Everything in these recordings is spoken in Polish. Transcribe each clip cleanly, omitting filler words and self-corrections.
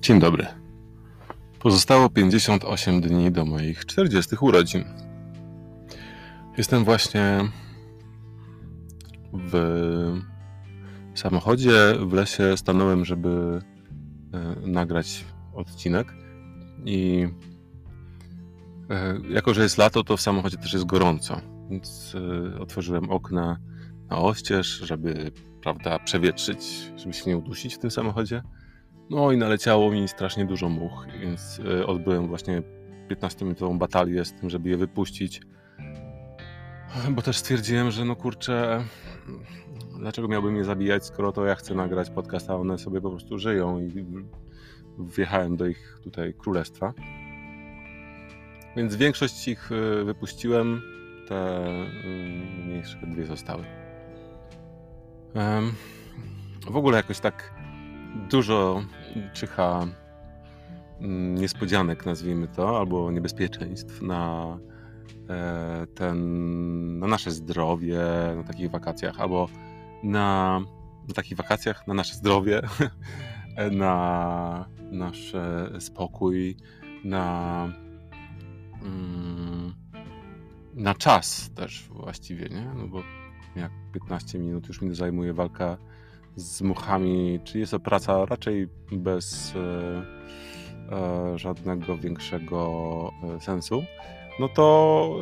Dzień dobry. Pozostało 58 dni do moich 40 urodzin. Jestem właśnie w samochodzie, w lesie stanąłem, żeby nagrać odcinek i jako, że jest lato, to w samochodzie też jest gorąco, więc otworzyłem okna na oścież, żeby, przewietrzyć, żeby się nie udusić w tym samochodzie. No i naleciało mi strasznie dużo much, więc odbyłem właśnie 15-minutową batalię z tym, żeby je wypuścić. Bo też stwierdziłem, że dlaczego miałbym je zabijać, skoro to ja chcę nagrać podcast, a one sobie po prostu żyją i wjechałem do ich tutaj królestwa. Więc większość ich wypuściłem, te mniejsze dwie zostały. W ogóle jakoś tak dużo czyha niespodzianek, nazwijmy to, albo niebezpieczeństw na nasze zdrowie, na takich wakacjach, albo na takich wakacjach, na nasze zdrowie, na nasz spokój, na czas też właściwie, nie? No bo jak 15 minut już mi zajmuje walka z muchami, czyli jest to praca raczej bez żadnego większego sensu, no to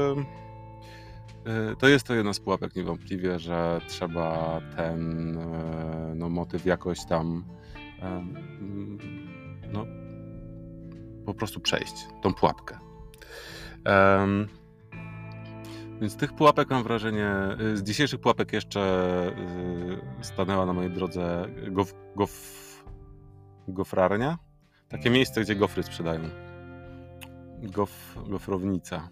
jest to jedna z pułapek niewątpliwie, że trzeba ten motyw jakoś tam po prostu przejść, tą pułapkę. Więc tych pułapek mam wrażenie, z dzisiejszych pułapek jeszcze stanęła na mojej drodze gofrarnia. Takie miejsce, gdzie gofry sprzedają. Gofrownica.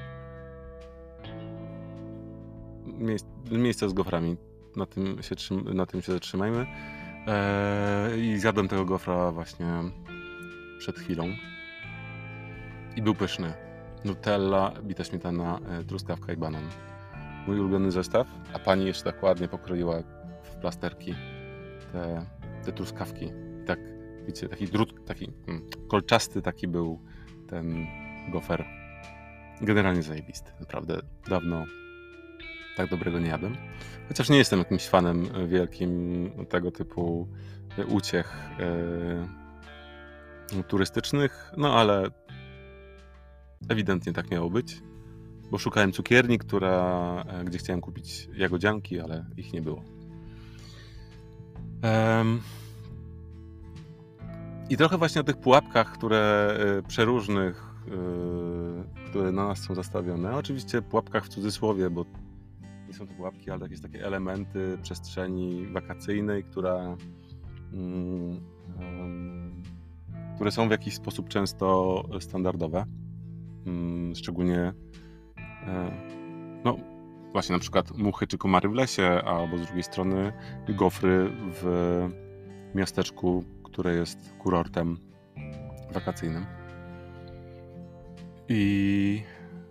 Miejsce z goframi. Na tym się zatrzymajmy. I zjadłem tego gofra właśnie przed chwilą. I był pyszny. Nutella, bita śmietana, truskawka i banan. Mój ulubiony zestaw, a pani jeszcze tak ładnie pokroiła w plasterki te truskawki. Tak, wiecie, taki drut, taki kolczasty taki był ten gofer. Generalnie zajebisty, naprawdę. Dawno tak dobrego nie jadłem. Chociaż nie jestem jakimś fanem wielkim tego typu uciech turystycznych, no ale ewidentnie tak miało być, bo szukałem cukierni, gdzie chciałem kupić jagodzianki, ale ich nie było. I trochę właśnie o tych pułapkach, przeróżnych, które na nas są zastawione. Oczywiście pułapkach w cudzysłowie, bo nie są to pułapki, ale jakieś takie elementy przestrzeni wakacyjnej, które są w jakiś sposób często standardowe. Szczególnie właśnie na przykład muchy czy komary w lesie, albo z drugiej strony gofry w miasteczku, które jest kurortem wakacyjnym. I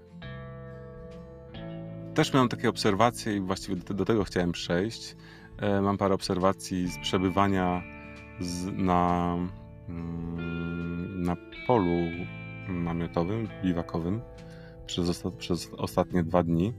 też miałem takie obserwacje i właściwie do tego chciałem przejść. Mam parę obserwacji z przebywania na polu namiotowym, biwakowym przez ostatnie 2 dni.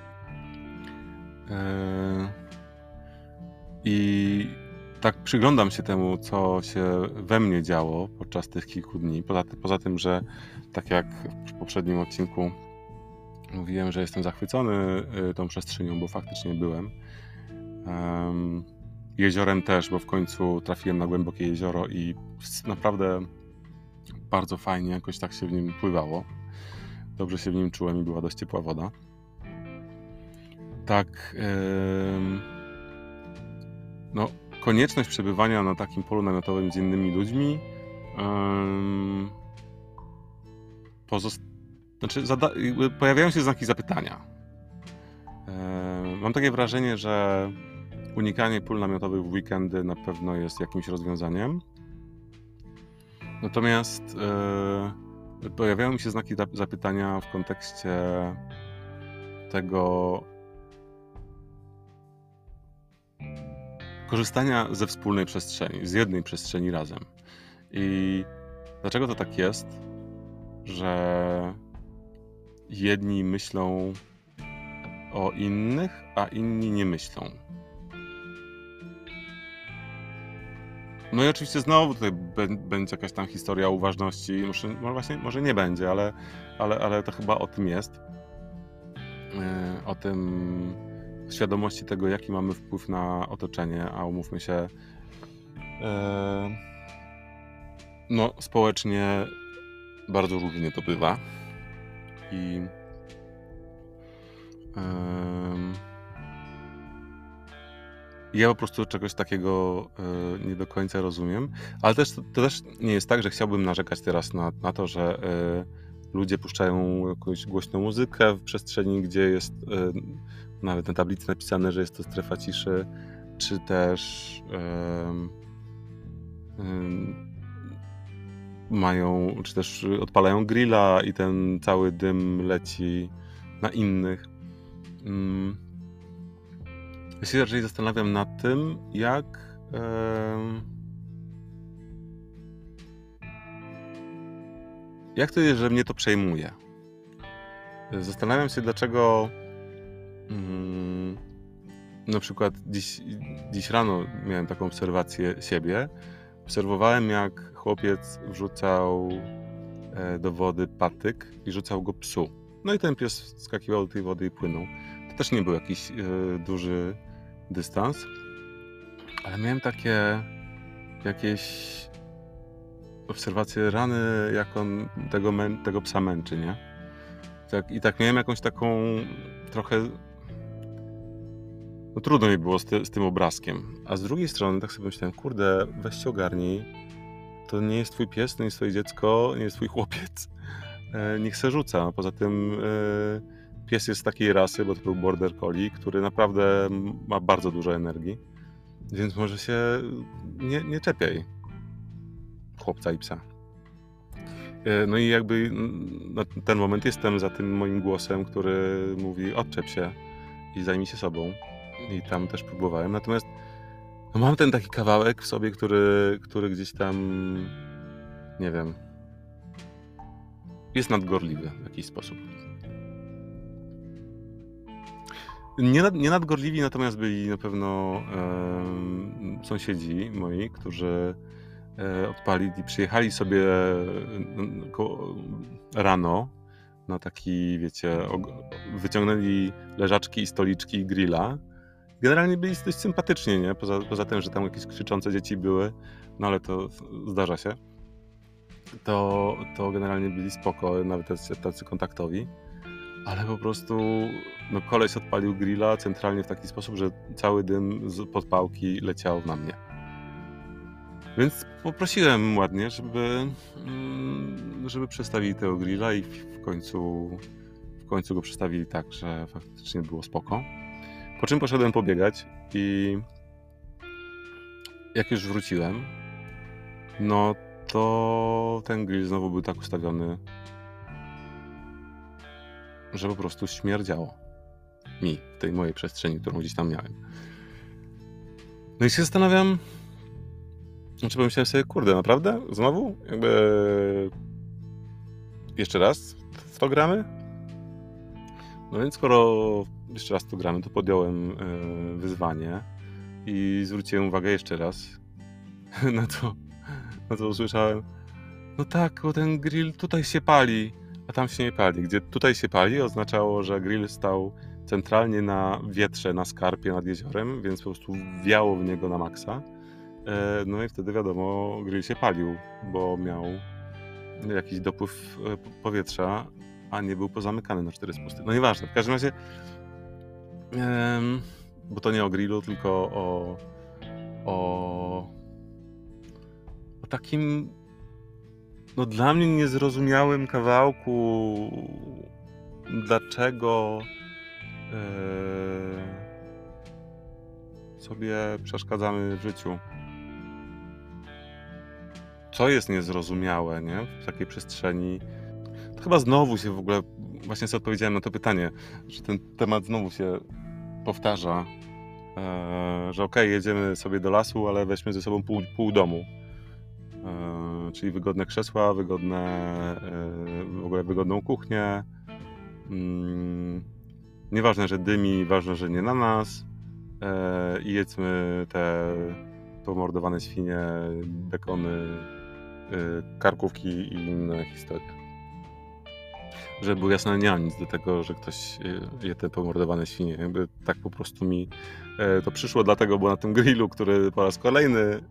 I tak przyglądam się temu, co się we mnie działo podczas tych kilku dni. Poza tym, że tak jak w poprzednim odcinku mówiłem, że jestem zachwycony tą przestrzenią, bo faktycznie byłem. Jeziorem też, bo w końcu trafiłem na głębokie jezioro i naprawdę bardzo fajnie jakoś tak się w nim pływało. Dobrze się w nim czułem i była dość ciepła woda. Tak, konieczność przebywania na takim polu namiotowym z innymi ludźmi pojawiają się znaki zapytania. Mam takie wrażenie, że unikanie pól namiotowych w weekendy na pewno jest jakimś rozwiązaniem. Natomiast pojawiają mi się znaki zapytania w kontekście tego korzystania ze wspólnej przestrzeni, z jednej przestrzeni razem. I dlaczego to tak jest, że jedni myślą o innych, a inni nie myślą? No i oczywiście znowu tutaj będzie jakaś tam historia uważności, może nie będzie, ale to chyba o tym jest. O tym, świadomości tego, jaki mamy wpływ na otoczenie, a umówmy się, no społecznie bardzo różnie to bywa i ja po prostu czegoś takiego nie do końca rozumiem, ale to też nie jest tak, że chciałbym narzekać teraz na to, że ludzie puszczają jakąś głośną muzykę w przestrzeni, gdzie jest nawet na tablicy napisane, że jest to strefa ciszy, czy też odpalają grilla i ten cały dym leci na innych. Ja się raczej zastanawiam nad tym, jak to jest, że mnie to przejmuje. Zastanawiam się, dlaczego na przykład dziś rano miałem taką obserwację siebie. Obserwowałem, jak chłopiec wrzucał do wody patyk i rzucał go psu. No i ten pies skakiwał do tej wody i płynął. To też nie był jakiś duży dystans, ale miałem takie jakieś obserwacje rany, jak on tego psa męczy, nie? Tak miałem jakąś taką trochę... No trudno mi było z tym obrazkiem. A z drugiej strony tak sobie myślałem, kurde, weź się ogarnij, to nie jest twój pies, to nie jest twoje dziecko, nie jest twój chłopiec. Niech se rzuca. Poza tym pies jest takiej rasy, bo to był border collie, który naprawdę ma bardzo dużo energii, więc może się nie czepiaj chłopca i psa. No i jakby na ten moment jestem za tym moim głosem, który mówi odczep się i zajmij się sobą. I tam też próbowałem. Natomiast no mam ten taki kawałek w sobie, który gdzieś tam, nie wiem, jest nadgorliwy w jakiś sposób. Nie nadgorliwi natomiast byli na pewno sąsiedzi moi, którzy przyjechali sobie rano na taki, wiecie, wyciągnęli leżaczki i stoliczki i grilla. Generalnie byli dość sympatycznie, nie? Poza tym, że tam jakieś krzyczące dzieci były, no ale to zdarza się. To generalnie byli spoko, nawet tacy kontaktowi. Ale po prostu no koleś odpalił grilla centralnie w taki sposób, że cały dym z podpałki leciał na mnie. Więc poprosiłem ładnie, żeby przestawili tego grilla i w końcu go przestawili tak, że faktycznie było spoko. Po czym poszedłem pobiegać i jak już wróciłem, no to ten grill znowu był tak ustawiony, że po prostu śmierdziało mi w tej mojej przestrzeni, którą gdzieś tam miałem. No i się zastanawiam, znaczy pomyślałem sobie, kurde, naprawdę? Znowu? Jakby jeszcze raz w to gramy? No więc skoro jeszcze raz w to gramy, to podjąłem wyzwanie i zwróciłem uwagę jeszcze raz na to usłyszałem, no tak, bo ten grill tutaj się pali, a tam się nie pali. Gdzie tutaj się pali oznaczało, że grill stał centralnie na wietrze, na skarpie nad jeziorem, więc po prostu wiało w niego na maksa. No i wtedy wiadomo, grill się palił, bo miał jakiś dopływ powietrza, a nie był pozamykany na 4 spusty. No nieważne, w każdym razie, bo to nie o grillu, tylko o takim, no dla mnie niezrozumiałym kawałku, dlaczego sobie przeszkadzamy w życiu. Co jest niezrozumiałe, nie? W takiej przestrzeni. To chyba znowu się w ogóle, właśnie sobie odpowiedziałem na to pytanie, że ten temat znowu się powtarza, że okej, jedziemy sobie do lasu, ale weźmy ze sobą pół domu. czyli wygodne krzesła, w ogóle wygodną kuchnię. Nieważne, że dymi, ważne, że nie na nas. I jedzmy te pomordowane świnie, bekony, karkówki i inne historie. Żeby było jasne, nie mam nic do tego, że ktoś je te pomordowane świnie. Jakby tak po prostu mi to przyszło dlatego, bo na tym grillu, który po raz kolejny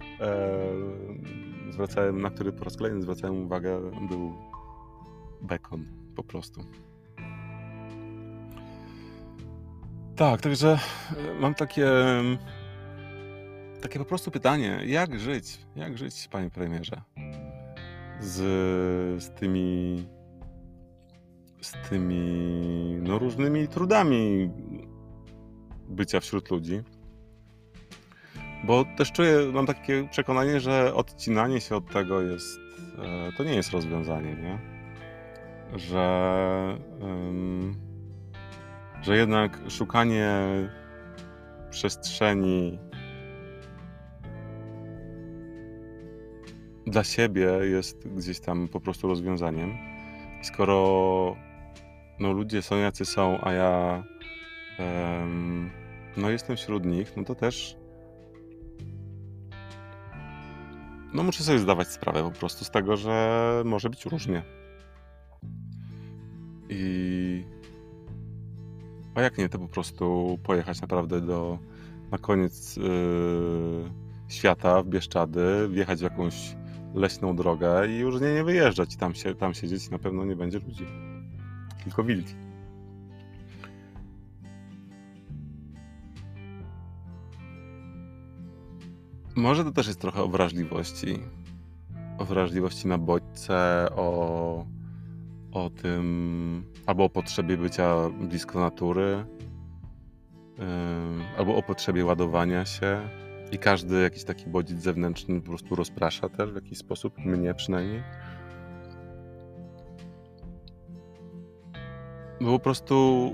zwracałem uwagę, był bekon po prostu. Tak, także mam takie po prostu pytanie, jak żyć, panie premierze, z tymi no, różnymi trudami bycia wśród ludzi. Bo też mam takie przekonanie, że odcinanie się od tego to nie jest rozwiązanie, nie? Że jednak szukanie przestrzeni dla siebie jest gdzieś tam po prostu rozwiązaniem. I skoro no, ludzie są jacy są, a ja no, jestem wśród nich, no to też no, muszę sobie zdawać sprawę po prostu z tego, że może być różnie. A jak nie, to po prostu pojechać naprawdę na koniec świata, w Bieszczady, wjechać w jakąś leśną drogę i już nie wyjeżdżać i tam siedzieć, na pewno nie będzie ludzi. Tylko wilki. Może to też jest trochę o wrażliwości. O wrażliwości na bodźce, o tym, albo o potrzebie bycia blisko natury, albo o potrzebie ładowania się. I każdy jakiś taki bodziec zewnętrzny po prostu rozprasza też w jakiś sposób, mnie przynajmniej. Bo po prostu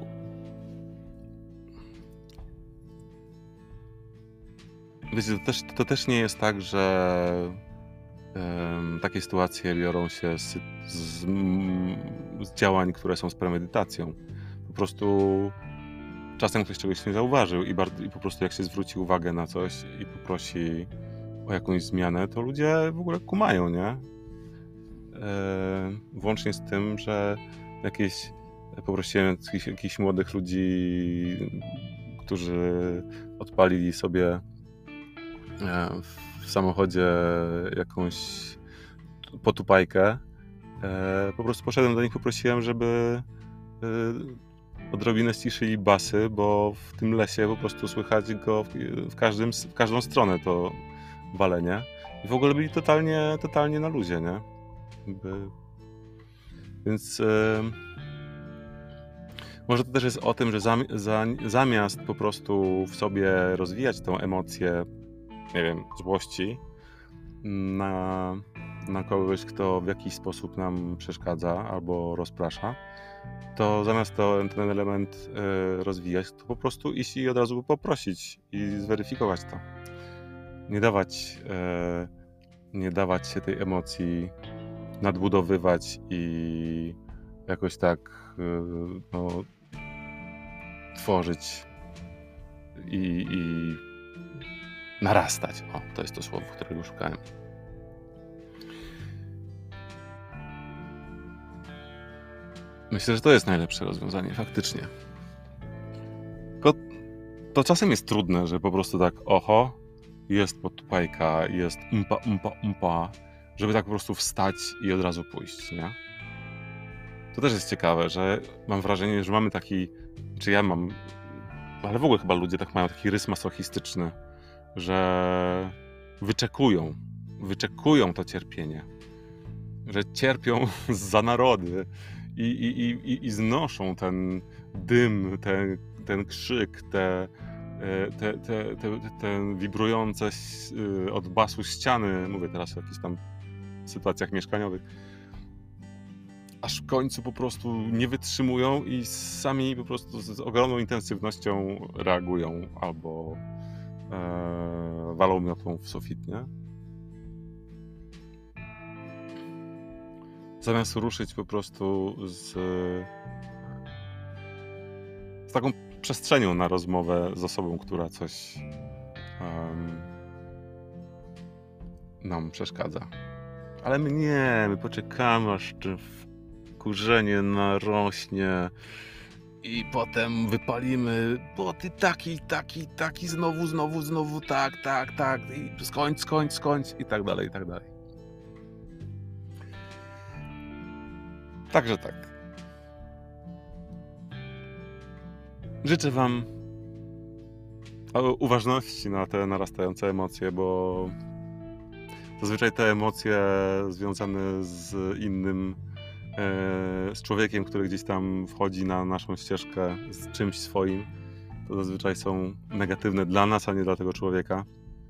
wiecie, to też nie jest tak, że takie sytuacje biorą się z działań, które są z premedytacją. Po prostu czasem ktoś czegoś nie zauważył i po prostu jak się zwróci uwagę na coś i poprosi o jakąś zmianę, to ludzie w ogóle kumają, nie? Włącznie z tym, że poprosiłem jakichś młodych ludzi, którzy odpalili sobie w samochodzie jakąś potupajkę. Po prostu poszedłem do nich, poprosiłem, żeby odrobinę ściszyli basy, bo w tym lesie po prostu słychać go w każdą stronę to walenie. I w ogóle byli totalnie na luzie, nie? Więc może to też jest o tym, że zamiast po prostu w sobie rozwijać tą emocję, nie wiem, złości na kogoś, kto w jakiś sposób nam przeszkadza albo rozprasza, to zamiast ten element rozwijać, to po prostu iść i od razu poprosić i zweryfikować to. Nie dawać się tej emocji nadbudowywać i jakoś tak no, tworzyć i narastać. O, to jest to słowo, którego szukałem. Myślę, że to jest najlepsze rozwiązanie, faktycznie. Tylko to czasem jest trudne, że po prostu tak jest potupajka, jest umpa, żeby tak po prostu wstać i od razu pójść, nie? To też jest ciekawe, że mam wrażenie, że mamy taki, czy ja mam, ale w ogóle chyba ludzie tak mają taki rys masochistyczny, że wyczekują to cierpienie, że cierpią za narody i znoszą ten dym, ten krzyk, te wibrujące od basu ściany, mówię teraz o jakichś tam sytuacjach mieszkaniowych, aż w końcu po prostu nie wytrzymują i sami po prostu z ogromną intensywnością reagują albo walą miotłą w sufit, nie? zamiast ruszyć po prostu z taką przestrzenią na rozmowę z osobą, która coś nam przeszkadza. Ale my poczekamy, aż to wkurzenie narośnie i potem wypalimy, bo ty taki, znowu, tak, i skończ i tak dalej, i tak dalej. Także tak. Życzę wam uważności na te narastające emocje, bo zazwyczaj te emocje związane z innym, z człowiekiem, który gdzieś tam wchodzi na naszą ścieżkę z czymś swoim, to zazwyczaj są negatywne dla nas, a nie dla tego człowieka.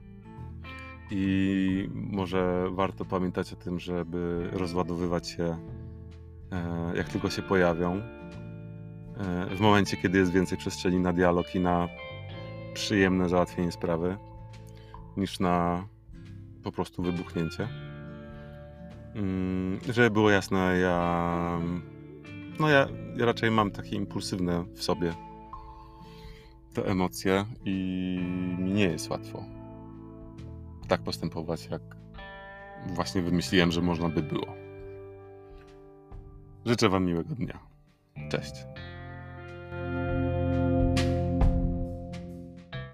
I może warto pamiętać o tym, żeby rozładowywać się, jak tylko się pojawią, w momencie, kiedy jest więcej przestrzeni na dialog i na przyjemne załatwienie sprawy, niż na po prostu wybuchnięcie. Żeby było jasne, ja raczej mam takie impulsywne w sobie te emocje i mi nie jest łatwo tak postępować, jak właśnie wymyśliłem, że można by było. Życzę wam miłego dnia. Cześć.